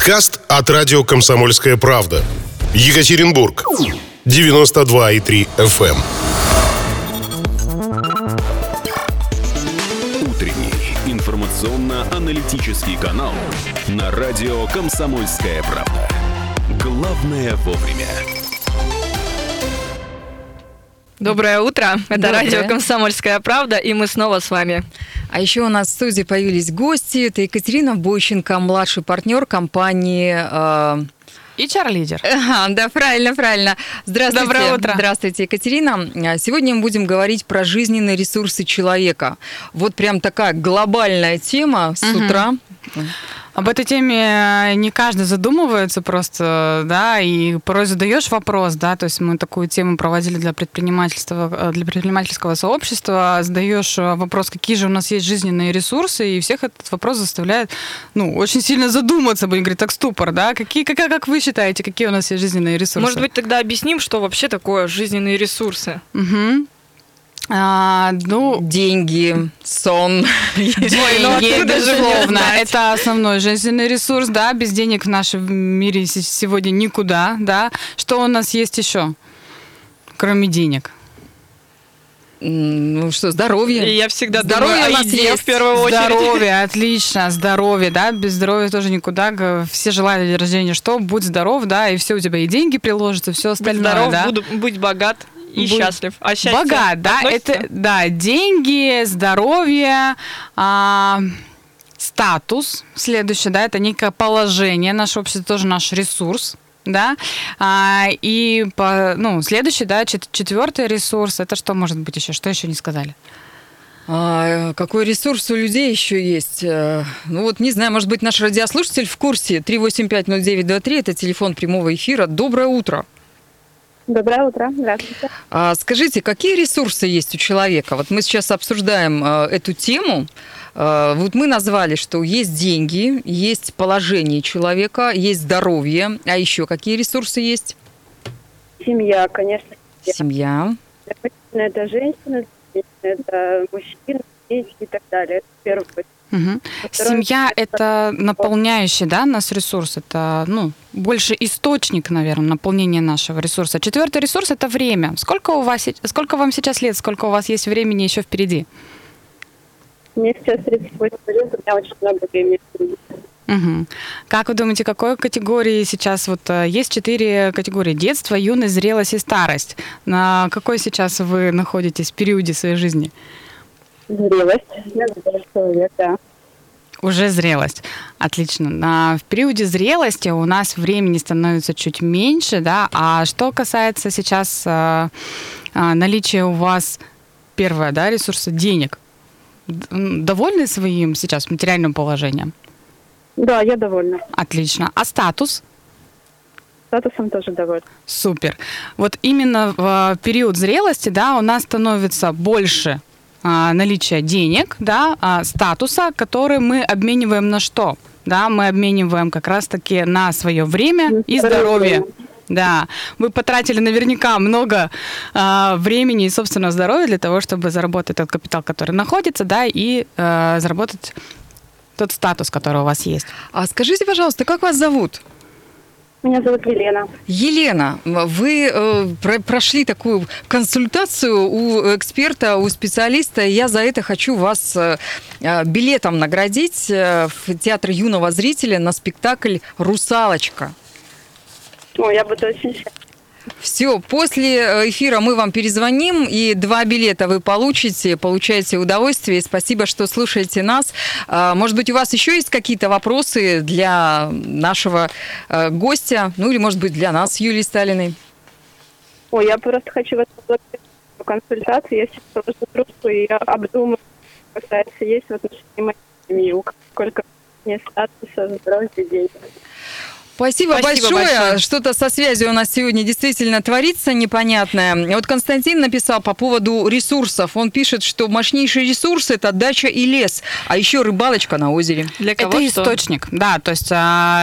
Подкаст от радио «Комсомольская правда». Екатеринбург. 92,3 FM. Утренний информационно-аналитический канал на радио «Комсомольская правда». Главное вовремя. Доброе утро. Это радио «Комсомольская правда», и мы снова с вами. А еще у нас в студии появились гости. Это Екатерина Бойченко, младший партнер компании... HR-лидер. Да, правильно. Здравствуйте. Доброе утро. Здравствуйте, Екатерина. Сегодня мы будем говорить про жизненные ресурсы человека. Вот прям такая глобальная тема с утра. Об этой теме не каждый задумывается просто, да, и порой задаешь вопрос, да, то есть мы такую тему проводили для предпринимательского сообщества, задаешь вопрос, какие же у нас есть жизненные ресурсы, и всех этот вопрос заставляет, очень сильно задуматься, будем говорить, так ступор, да, как вы считаете, какие у нас есть жизненные ресурсы? Может быть, тогда объясним, что вообще такое жизненные ресурсы? Деньги, сон. Безусловно, это основной жизненный ресурс, да, без денег в нашем мире сегодня никуда, да. Что у нас есть еще, кроме денег? Здоровье. Я всегда думаю о еде в первую очередь. Здоровье, отлично, здоровье, да, без здоровья тоже никуда. Все желают день рождения, что будь здоров, да, и все у тебя, и деньги приложатся, все остальное, будь здоров, будь богат. И счастлив. А счастье богат, да, относится? это, да, деньги, здоровье, статус, следующее, да, это некое положение, наше общество тоже наш ресурс, да, и следующий, да, четвертый ресурс, это что может быть еще, что еще не сказали? Какой ресурс у людей еще есть? Не знаю, может быть, наш радиослушатель в курсе. 3850923, это телефон прямого эфира. Доброе утро. Доброе утро, здравствуйте. Скажите, какие ресурсы есть у человека? Вот мы сейчас обсуждаем эту тему. Вот мы назвали, что есть деньги, есть положение человека, есть здоровье. А еще какие ресурсы есть? Семья, конечно. Семья. Это женщина, это мужчина, дети и так далее. Это в первую очередь. Семья – это наполняющий, да, нас ресурс, это, больше источник, наверное, наполнения нашего ресурса. Четвертый ресурс – это время. Сколько вам сейчас лет, сколько у вас есть времени еще впереди? Мне сейчас 38 лет, у меня очень много времени впереди. Как вы думаете, какой категории сейчас, есть 4 категории: детство, юность, зрелость и старость. На какой сейчас вы находитесь в периоде своей жизни? Зрелость. Я зрелый человек, да. Уже зрелость. Отлично. В периоде зрелости у нас времени становится чуть меньше, да. А что касается сейчас наличия у вас, первое, да, ресурса денег, довольны своим сейчас материальным положением? Да, я довольна. Отлично. А статус? Статусом тоже довольна. Супер. Вот именно в период зрелости, да, у нас становится больше наличие денег, да, статуса, который мы обмениваем на что? Да, мы обмениваем как раз-таки на свое время и здоровье. Да, вы потратили наверняка много времени и собственного здоровья для того, чтобы заработать тот капитал, который находится, да, и заработать тот статус, который у вас есть. А скажите, пожалуйста, как вас зовут? Меня зовут Елена. Елена, вы прошли такую консультацию у эксперта, у специалиста. Я за это хочу вас билетом наградить в Театр юного зрителя на спектакль «Русалочка». Я буду очень счастлива. Все, после эфира мы вам перезвоним, и 2 билета вы получаете удовольствие. Спасибо, что слушаете нас. Может быть, у вас еще есть какие-то вопросы для нашего гостя, или, может быть, для нас с Юлией Сталиной? Я просто хочу вас поблагодарить за консультацию. Я сейчас положу трубку и обдумаю, какая есть в отношении моей семьи, сколько мне статуса, здоровья, денег. Спасибо большое. большое. Что-то со связью у нас сегодня действительно творится непонятное. Вот Константин написал по поводу ресурсов. Он пишет, что мощнейший ресурс – это дача и лес, а еще рыбалочка на озере. Для кого Это что? источник, да, то есть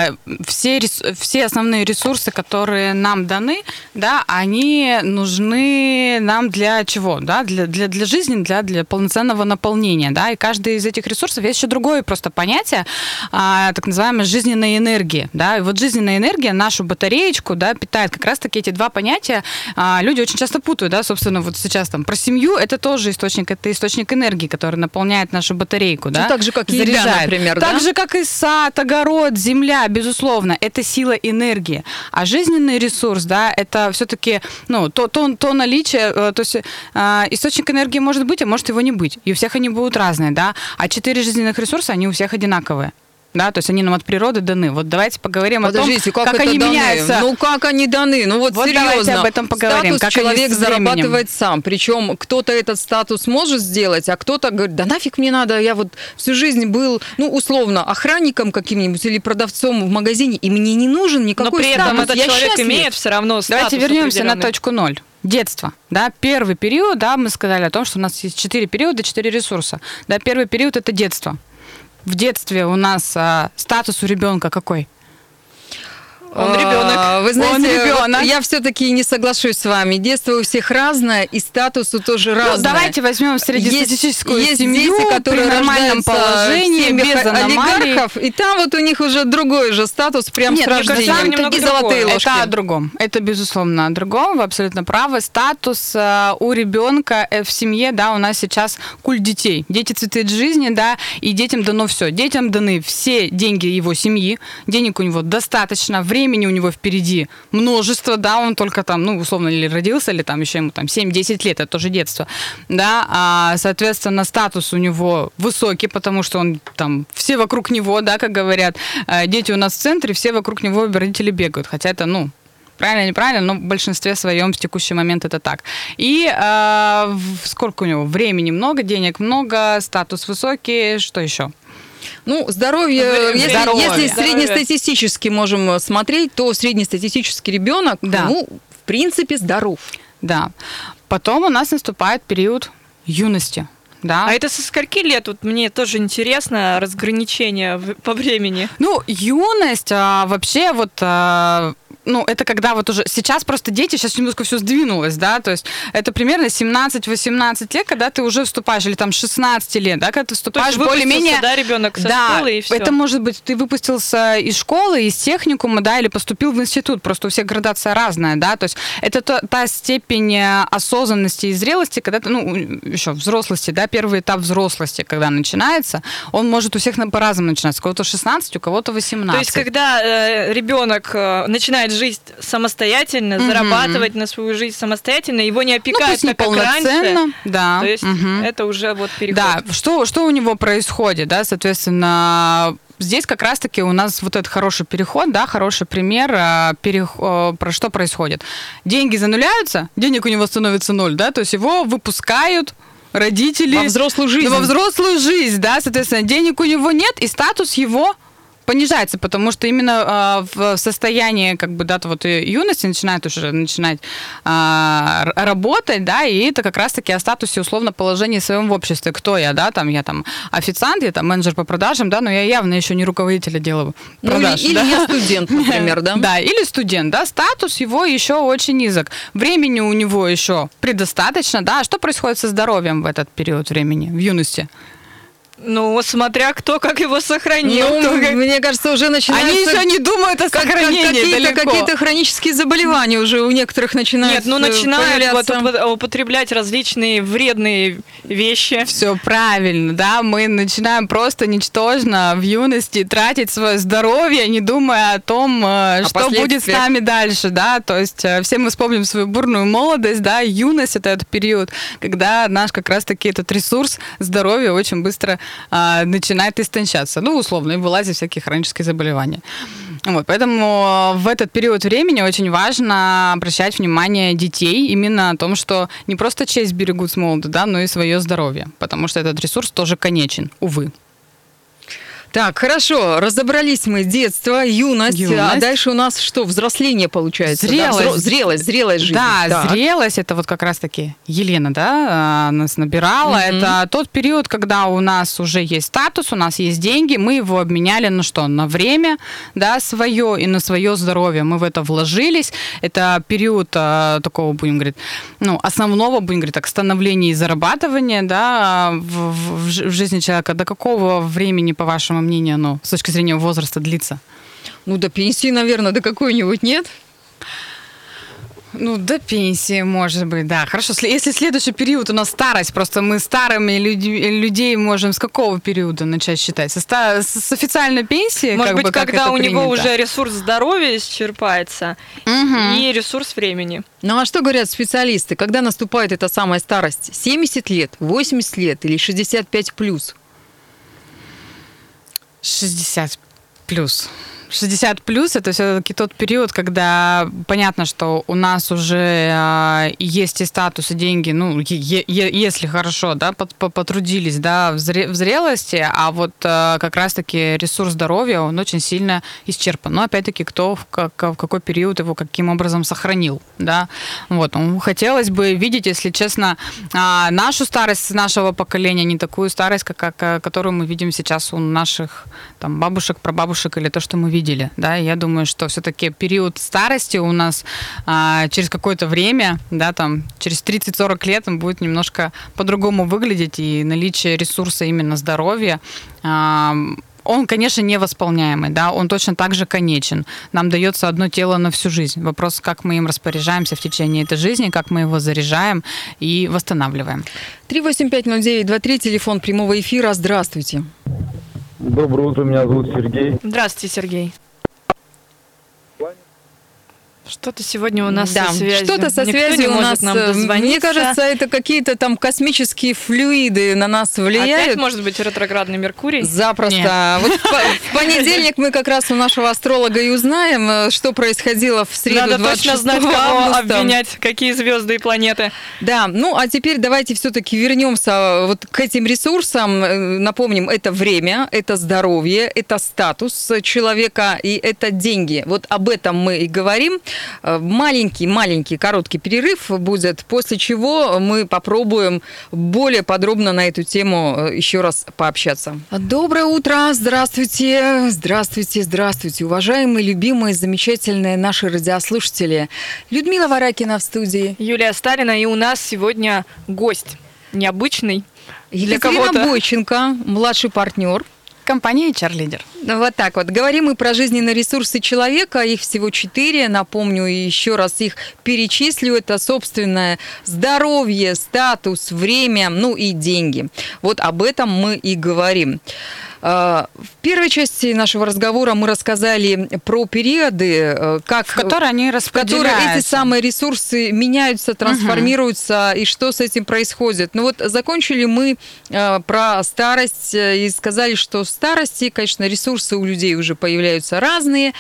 все основные ресурсы, которые нам даны, да, они нужны нам для чего, да, для жизни, для полноценного наполнения, да, и каждый из этих ресурсов есть еще другое просто понятие, так называемой жизненной энергии, да, и вот жизненная энергия нашу батареечку, да, питает. Как раз-таки эти два понятия люди очень часто путают, да, собственно, вот сейчас там про семью, это тоже источник, это источник энергии, который наполняет нашу батарейку, да. Ну, так же, как и еда, заряжает. например, Так да? же, как и сад, огород, земля, безусловно, это сила энергии. А жизненный ресурс, да, это все-таки, ну, то наличие, то есть источник энергии может быть, а может его не быть. И у всех они будут разные, да. А 4 жизненных ресурса, они у всех одинаковые. Да, то есть они нам от природы даны. Вот давайте поговорим Подождите, о том, как это они даны? меняются. Ну, как они даны? Ну, вот серьезно. Давайте об этом поговорим. Статус как человек они с временем. зарабатывает сам. Причем кто-то этот статус может сделать, а кто-то говорит, да нафиг мне надо, я вот всю жизнь был, ну, условно, охранником каким-нибудь или продавцом в магазине, и мне не нужен никакой Но при этом статус. этот Я человек счастлив. имеет все равно статус Давайте вернемся на определенный. точку 0. Детство. Да, первый период, да, мы сказали о том, что у нас есть 4 периода, 4 ресурса. Да, первый период – это детство. В детстве у нас статус у ребенка какой? Он ребенок. Вы знаете, Он ребенок. вот я все-таки не соглашусь с вами. Детство у всех разное, и статусу тоже разное. Ну, давайте возьмем среднестатистическую есть семью дети, которые при нормальном рождаются положении, в семьях без аномалий. олигархов, и там вот у них уже другой же статус прям Нет, с мне рождения. кажется, там немного Такие золотые другое. ложки. Это о другом. Это, безусловно, о другом. Вы абсолютно правы. Статус у ребенка в семье, да, у нас сейчас культ детей. Дети цветы жизни, да, и детям дано все. Детям даны все деньги его семьи, денег у него достаточно, времени у него впереди множество, да, он только там, ну, условно, или родился, или там еще ему там 7-10 лет, это тоже детство, да, соответственно, статус у него высокий, потому что он там, все вокруг него, да, как говорят, дети у нас в центре, все вокруг него родители бегают, хотя это, ну, правильно, неправильно, но в большинстве своем в текущий момент это так. И сколько у него? Времени много, денег много, статус высокий, что еще? Ну, здоровье, Здоровье. если среднестатистически можем смотреть, то среднестатистический ребенок, Да. ну, в принципе, здоров. Да. Потом у нас наступает период юности. Да. А это со скольки лет? Вот мне тоже интересно разграничение по времени. Ну, юность, вообще вот, ну, это когда вот уже, сейчас просто дети, сейчас немножко все сдвинулось, да, то есть это примерно 17-18 лет, когда ты уже вступаешь, или там 16 лет, да, когда ты То вступаешь есть выпустился, более-менее... да, ребенок со Да, школы и все. это может быть, ты выпустился из школы, из техникума, да, или поступил в институт, просто у всех градация разная, да, то есть это та степень осознанности и зрелости, когда ты, ну, еще взрослости, да, первый этап взрослости, когда начинается, он может у всех по-разному начинаться, у кого-то 16, у кого-то 18. То есть, когда ребенок начинает жить самостоятельно, зарабатывать на свою жизнь самостоятельно, его не ну, опекают, пусть не так, как раньше. полноценно, да. То есть, Мгм. это уже вот переход. Да, что у него происходит, да, соответственно, здесь как раз-таки у нас вот этот хороший переход, да, хороший пример, про что происходит. Деньги зануляются, денег у него становится 0, да, то есть его выпускают родители... Во взрослую жизнь. Во взрослую жизнь, да, соответственно, денег у него нет, и статус его понижается, потому что именно в состоянии, как бы, да, вот юности начинает работать, да, и это как раз-таки о статусе, условно, положении своем в обществе. Кто я, да, там, я там официант, я там менеджер по продажам, да, но я явно еще не руководитель отдела продаж. Ну, или да? я студент, например, да? Да, или студент, да, статус его еще очень низок. Времени у него еще предостаточно, да. А что происходит со здоровьем в этот период времени, в юности? Ну, смотря кто как его сохранил. Ну, кто как- мне кажется, уже начинается... Они еще не думают о сохранении далеко. какие-то хронические заболевания уже у некоторых начинают Нет, ну начинают вот появляться. употреблять различные вредные вещи. Все правильно, да, мы начинаем просто ничтожно в юности тратить свое здоровье, не думая о том, что будет с последствиях. нами дальше, да, то есть все мы вспомним свою бурную молодость, да, юность — это этот период, когда наш как раз-таки этот ресурс здоровья очень быстро начинает истончаться, ну, условно, и вылазят всякие хронические заболевания. Вот, поэтому в этот период времени очень важно обращать внимание детей именно о том, что не просто честь берегут с молоду, да, но и свое здоровье, потому что этот ресурс тоже конечен, увы. Так, хорошо, разобрались мы. Детство, юность. А дальше у нас что? Взросление получается? Зрелость. Да? Зрелость жизни. Да, Так. зрелость, это вот как раз-таки Елена, да, нас набирала. Это тот период, когда у нас уже есть статус, у нас есть деньги, мы его обменяли на что? На время, да, свое и на свое здоровье. Мы в это вложились. Это период такого, будем говорить, основного, будем говорить так, становления и зарабатывания, да, в жизни человека. До какого времени, по вашему мнению, с точки зрения возраста длится? До пенсии, наверное, до какой-нибудь нет? До пенсии, может быть, да. Хорошо, если следующий период у нас старость, просто мы старыми людей можем с какого периода начать считать? С официальной пенсии? Может быть, когда у него принято? уже ресурс здоровья исчерпается и ресурс времени. А что говорят специалисты? Когда наступает эта самая старость? 70 лет, 80 лет или 65 плюс? 60 плюс. 60 плюс это все-таки тот период, когда понятно, что у нас уже есть и статус, и деньги, если хорошо, да, потрудились, да, в зрелости, а вот как раз-таки ресурс здоровья, он очень сильно исчерпан. Но опять-таки, кто в какой период его каким образом сохранил, да. Вот, хотелось бы видеть, если честно, нашу старость нашего поколения, не такую старость, которую мы видим сейчас у наших там бабушек, прабабушек или то, что мы видели. Да, я думаю, что все-таки период старости у нас через какое-то время, да, там, через 30-40 лет он будет немножко по-другому выглядеть, и наличие ресурса именно здоровья, он, конечно, невосполняемый, да, он точно так же конечен. Нам дается одно тело на всю жизнь. Вопрос, как мы им распоряжаемся в течение этой жизни, как мы его заряжаем и восстанавливаем. 3850923, телефон прямого эфира. Здравствуйте. Доброе утро, меня зовут Сергей. Здравствуйте, Сергей. Что-то сегодня у нас со связью. Что-то со связью у нас. Мне кажется, это какие-то там космические флюиды на нас влияют. Опять, может быть, ретроградный Меркурий? Запросто. Вот в понедельник мы как раз у нашего астролога и узнаем, что происходило в среду 26 августа. Надо точно знать, кого обвинять, какие звезды и планеты. Да, а теперь давайте все-таки вернемся вот к этим ресурсам. Напомним, это время, это здоровье, это статус человека и это деньги. Вот об этом мы и говорим. Маленький короткий перерыв будет, после чего мы попробуем более подробно на эту тему еще раз пообщаться. Доброе утро, здравствуйте, уважаемые, любимые, замечательные наши радиослушатели. Людмила Варакина в студии. Юлия Сталина, и у нас сегодня гость необычный. Екатерина Бойченко, младший партнер. Компания HR-лидер. Вот так вот. Говорим мы про жизненные ресурсы человека. Их всего 4. Напомню и еще раз их перечислю. Это собственное здоровье, статус, время, и деньги. Вот об этом мы и говорим. В первой части нашего разговора мы рассказали про периоды, в которые они распределяются. В которые эти самые ресурсы меняются, трансформируются, и что с этим происходит. Закончили мы про старость и сказали, что в старости, конечно, ресурсы у людей уже появляются разные.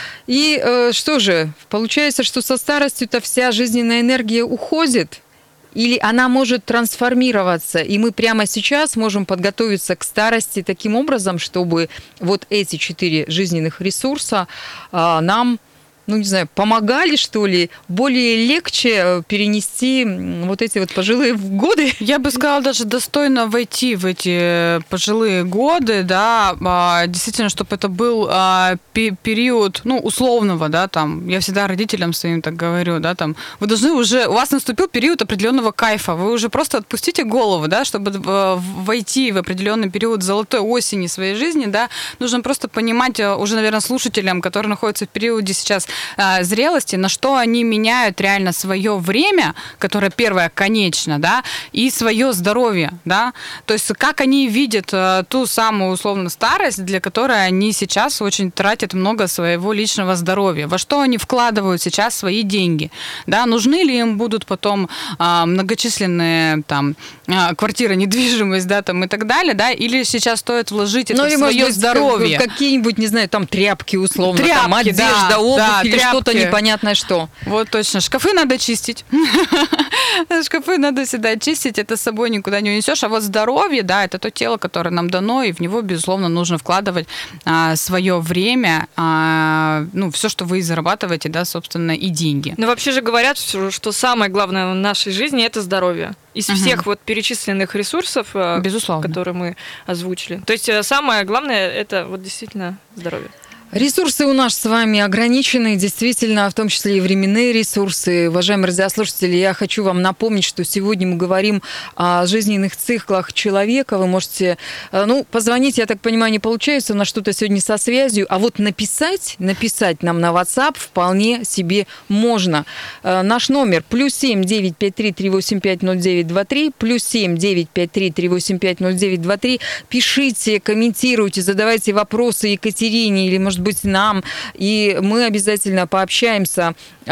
И что же, получается, что со старостью-то вся жизненная энергия уходит? Или она может трансформироваться, и мы прямо сейчас можем подготовиться к старости таким образом, чтобы вот эти 4 жизненных ресурса нам, помогали, что ли, более легче перенести вот эти вот пожилые годы? Я бы сказала, даже достойно войти в эти пожилые годы, да, действительно, чтобы это был период, условного, да, там, я всегда родителям своим так говорю, да, там, вы должны уже, у вас наступил период определенного кайфа, вы уже просто отпустите голову, да, чтобы войти в определенный период золотой осени своей жизни, да, нужно просто понимать уже, наверное, слушателям, которые находятся в периоде сейчас зрелости, на что они меняют реально свое время, которое первое конечно, да, и свое здоровье, да, то есть как они видят ту самую условно старость, для которой они сейчас очень тратят много своего личного здоровья, во что они вкладывают сейчас свои деньги, да, нужны ли им будут потом многочисленные там квартиры, недвижимость, да, там и так далее, да, или сейчас стоит вложить это в свое здоровье. Какие-нибудь, не знаю, там тряпки условно, тряпки, там одежда, обувь, или тряпки. что-то непонятное что. Вот точно. Шкафы надо чистить. Шкафы надо всегда чистить. Это с собой никуда не унесешь. А вот здоровье, да, это то тело, которое нам дано, и в него, безусловно, нужно вкладывать свое время, все, что вы зарабатываете, да, собственно, и деньги. Но вообще же говорят, что самое главное в нашей жизни – это здоровье. Из всех вот перечисленных ресурсов, безусловно, которые мы озвучили. То есть самое главное – это вот действительно здоровье. Ресурсы у нас с вами ограничены, действительно, в том числе и временные ресурсы. Уважаемые радиослушатели, я хочу вам напомнить, что сегодня мы говорим о жизненных циклах человека. Вы можете, позвонить, я так понимаю, не получается, у нас что-то сегодня со связью, а вот написать нам на WhatsApp вполне себе можно. Наш номер +7 953 385 0923, +7 953 385 0923. Пишите, комментируйте, задавайте вопросы Екатерине или, может быть, нам, и мы обязательно пообщаемся.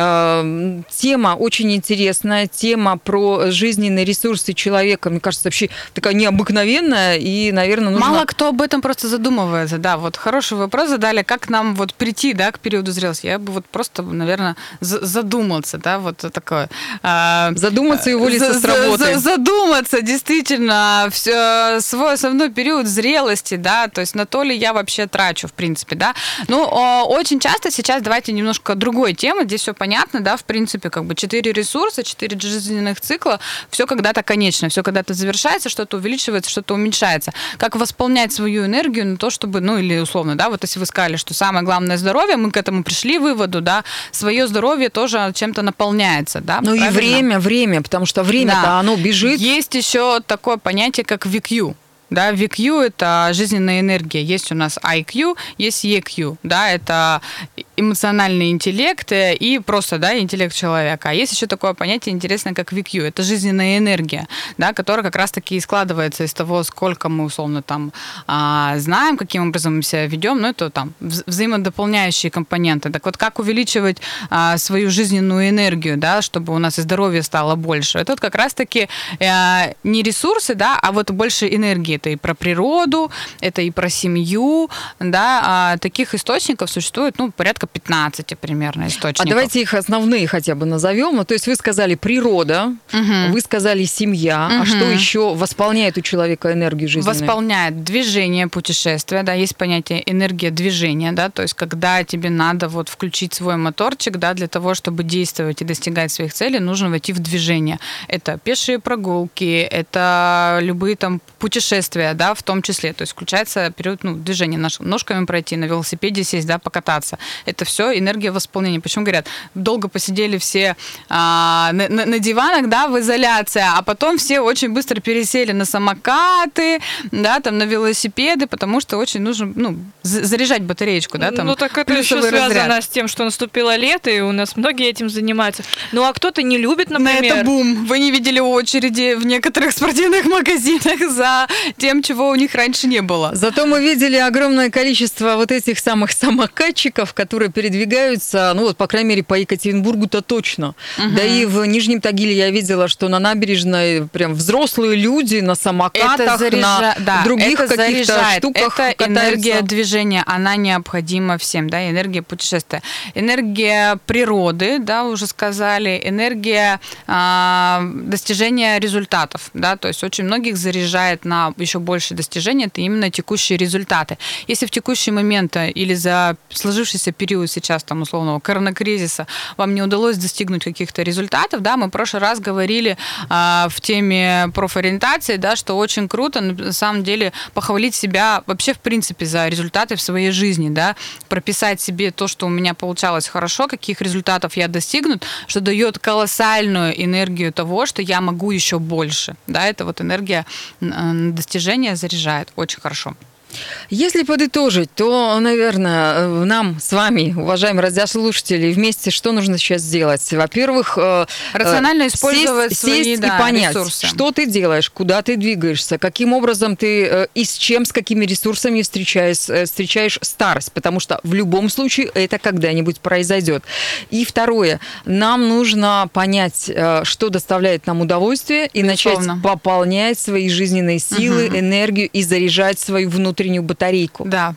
Тема очень интересная, тема про жизненные ресурсы человека, мне кажется, вообще такая необыкновенная, и, наверное, нужно... Мало кто об этом просто задумывается, да, вот хороший вопрос задали, как нам вот прийти, да, к периоду зрелости. Я бы вот просто, наверное, задумался, да, вот такое. Задуматься и уволиться с работы. Задуматься, действительно, свой основной период зрелости, да, то есть на то ли я вообще трачу, в принципе, да. Очень часто сейчас, давайте немножко другой темы, здесь все понятно, да, в принципе, 4 ресурса, 4 жизненных цикла, все когда-то конечно, все когда-то завершается, что-то увеличивается, что-то уменьшается. Как восполнять свою энергию на то, чтобы, или условно, да, вот если вы сказали, что самое главное здоровье, мы к этому пришли выводу, да, свое здоровье тоже чем-то наполняется, да. Ну и время, потому что время-то, да, оно бежит. Есть еще такое понятие, как VQ. Да, VQ – это жизненная энергия. Есть у нас IQ, есть EQ. Да, это эмоциональный интеллект и просто, да, интеллект человека. А есть еще такое понятие интересное, как VQ. Это жизненная энергия, да, которая как раз-таки и складывается из того, сколько мы, условно, там знаем, каким образом мы себя ведем. Это там взаимодополняющие компоненты. Так вот, как увеличивать свою жизненную энергию, да, чтобы у нас и здоровье стало больше. Это вот как раз-таки не ресурсы, да, а вот больше энергии. Это и про природу, это и про семью, да, таких источников существует, порядка 15 примерно источников. А давайте их основные хотя бы назовем. То есть вы сказали природа, вы сказали семья, а что еще восполняет у человека энергию жизненную? Восполняет движение, путешествия, да, есть понятие энергия движения, да, то есть когда тебе надо вот включить свой моторчик, да, для того, чтобы действовать и достигать своих целей, нужно войти в движение. Это пешие прогулки, это любые там путешествия, да, в том числе. То есть включается период движения, ножками пройти, на велосипеде сесть, да, покататься. Это все энергия восполнения. Почему говорят, долго посидели все на диванах, да, в изоляции, а потом все очень быстро пересели на самокаты, да, там, на велосипеды, потому что очень нужно, заряжать батареечку, да, там. Так это еще связано с тем, что наступило лето, и у нас многие этим занимаются. А кто-то не любит, например... На это бум. Вы не видели очереди в некоторых спортивных магазинах за тем, чего у них раньше не было. Zато мы видели огромное количество вот этих самых самокатчиков, которые передвигаются, по крайней мере, по Екатеринбургу-то точно. Да и в Нижнем Тагиле я видела, что на набережной прям взрослые люди на самокатах, на других каких-то штуках это катаются. Энергия движения, она необходима всем, да, энергия путешествия. Энергия природы, да, уже сказали, энергия достижения результатов, да, то есть очень многих заряжает на еще больше достижений, это именно текущие результаты. Если в текущий момент или за сложившийся период сейчас, там, условного коронакризиса, вам не удалось достигнуть каких-то результатов, да, мы в прошлый раз говорили в теме профориентации, да, что очень круто, на самом деле, похвалить себя вообще, в принципе, за результаты в своей жизни, да, прописать себе то, что у меня получалось хорошо, каких результатов я достигну, что дает колоссальную энергию того, что я могу еще больше, да, это вот энергия достижения заряжает очень хорошо. Если подытожить, то, наверное, нам с вами, уважаемые радиослушатели, вместе что нужно сейчас сделать? Во-первых, рационально использовать свои и понять, ресурсы. Что ты делаешь, куда ты двигаешься, каким образом ты и с чем, с какими ресурсами встречаешь старость, потому что в любом случае это когда-нибудь произойдет. И второе, нам нужно понять, что доставляет нам удовольствие, и начать пополнять свои жизненные силы, энергию и заряжать свою внутреннюю батарейку. Да.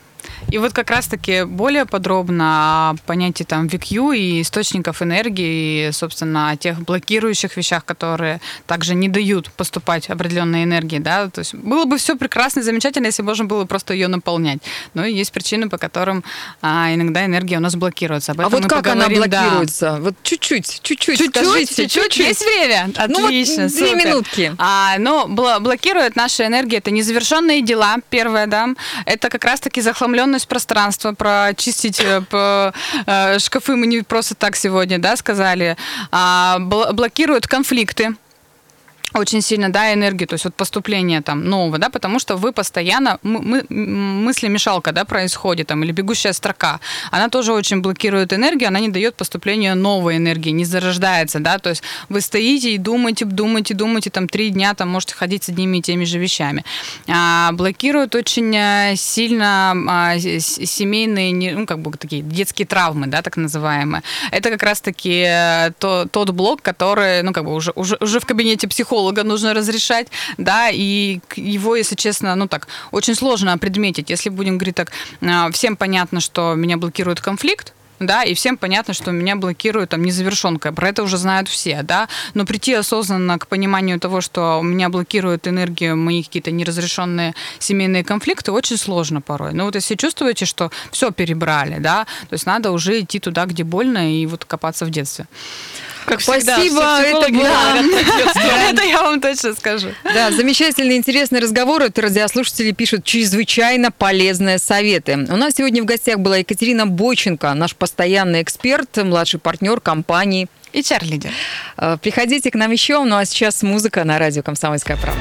И вот как раз-таки более подробно о понятии там VQ и источников энергии, и, собственно, о тех блокирующих вещах, которые также не дают поступать определенной энергии, да, то есть было бы все прекрасно и замечательно, если можно было просто ее наполнять. Но есть причины, по которым иногда энергия у нас блокируется. А вот как она блокируется? Да. Вот чуть-чуть, скажите. Есть время? Отлично, вот 2 минутки. Блокирует наша энергия, это незавершенные дела, первое, да, это как раз-таки захламленность пространства, прочистить шкафы мы не просто так сегодня, да, сказали, блокирует конфликты, очень сильно, да, энергию, то есть вот поступление там нового, да, потому что вы постоянно, мыслемешалка, да, происходит, там, или бегущая строка, она тоже очень блокирует энергию, она не дает поступления новой энергии, не зарождается, да, то есть вы стоите и думаете, там 3 дня, там можете ходить с одними и теми же вещами. Блокирует очень сильно семейные, ну, как бы такие детские травмы, да, так называемые. Это как раз-таки тот блок, который, ну, как бы уже в кабинете психолога нужно разрешать, да, и его, если честно, ну так, очень сложно опредметить. Если будем говорить так, всем понятно, что меня блокирует конфликт, да, и всем понятно, что меня блокирует там незавершенка, про это уже знают все, да, но прийти осознанно к пониманию того, что меня блокирует энергию, мои какие-то неразрешенные семейные конфликты, очень сложно порой. Но вот если чувствуете, что все перебрали, да, то есть надо уже идти туда, где больно, и вот копаться в детстве. Как Спасибо, это я вам точно скажу. Да, замечательный, интересный разговор. Это радиослушатели пишут чрезвычайно полезные советы. У нас сегодня в гостях была Екатерина Бойченко, наш постоянный эксперт, младший партнер компании и HR-лидер. Приходите к нам еще, ну а сейчас музыка на радио «Комсомольская правда».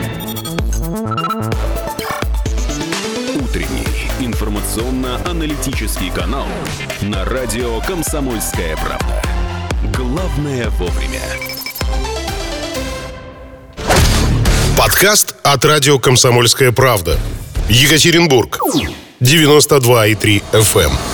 Утренний информационно-аналитический канал на радио «Комсомольская правда». Главное вовремя. Подкаст от радио «Комсомольская правда». Екатеринбург. 92,3 FM.